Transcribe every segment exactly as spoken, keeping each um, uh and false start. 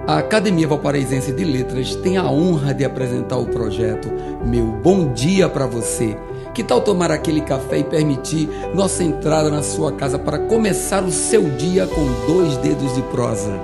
A Academia Valparaísense de Letras tem a honra de apresentar o projeto Meu Bom Dia para Você. Que tal tomar aquele café e permitir nossa entrada na sua casa para começar o seu dia com dois dedos de prosa?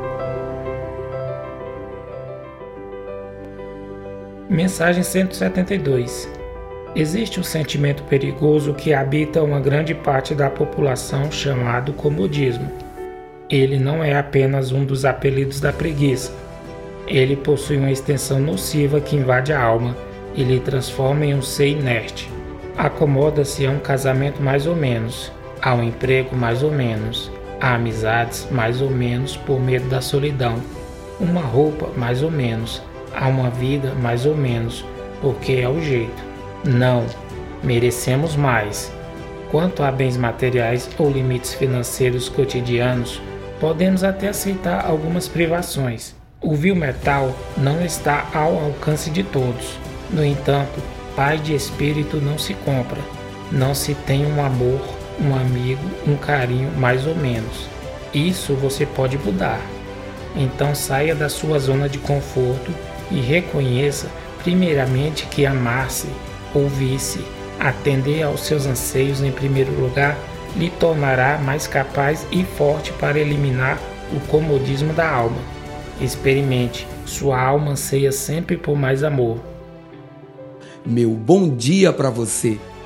Mensagem cento e setenta e dois. Existe um sentimento perigoso que habita uma grande parte da população chamado comodismo. Ele não é apenas um dos apelidos da preguiça. Ele possui uma extensão nociva que invade a alma e lhe transforma em um ser inerte. Acomoda-se a um casamento mais ou menos, a um emprego mais ou menos, a amizades mais ou menos por medo da solidão, uma roupa mais ou menos, a uma vida mais ou menos, porque é o jeito. Não, merecemos mais. Quanto a bens materiais ou limites financeiros cotidianos, podemos até aceitar algumas privações. O vil metal não está ao alcance de todos. No entanto, paz de espírito não se compra. Não se tem um amor, um amigo, um carinho mais ou menos. Isso você pode mudar. Então saia da sua zona de conforto e reconheça primeiramente que amar-se, ouvir-se, atender aos seus anseios em primeiro lugar lhe tornará mais capaz e forte para eliminar o comodismo da alma. Experimente, sua alma anseia sempre por mais amor. Meu bom dia para você!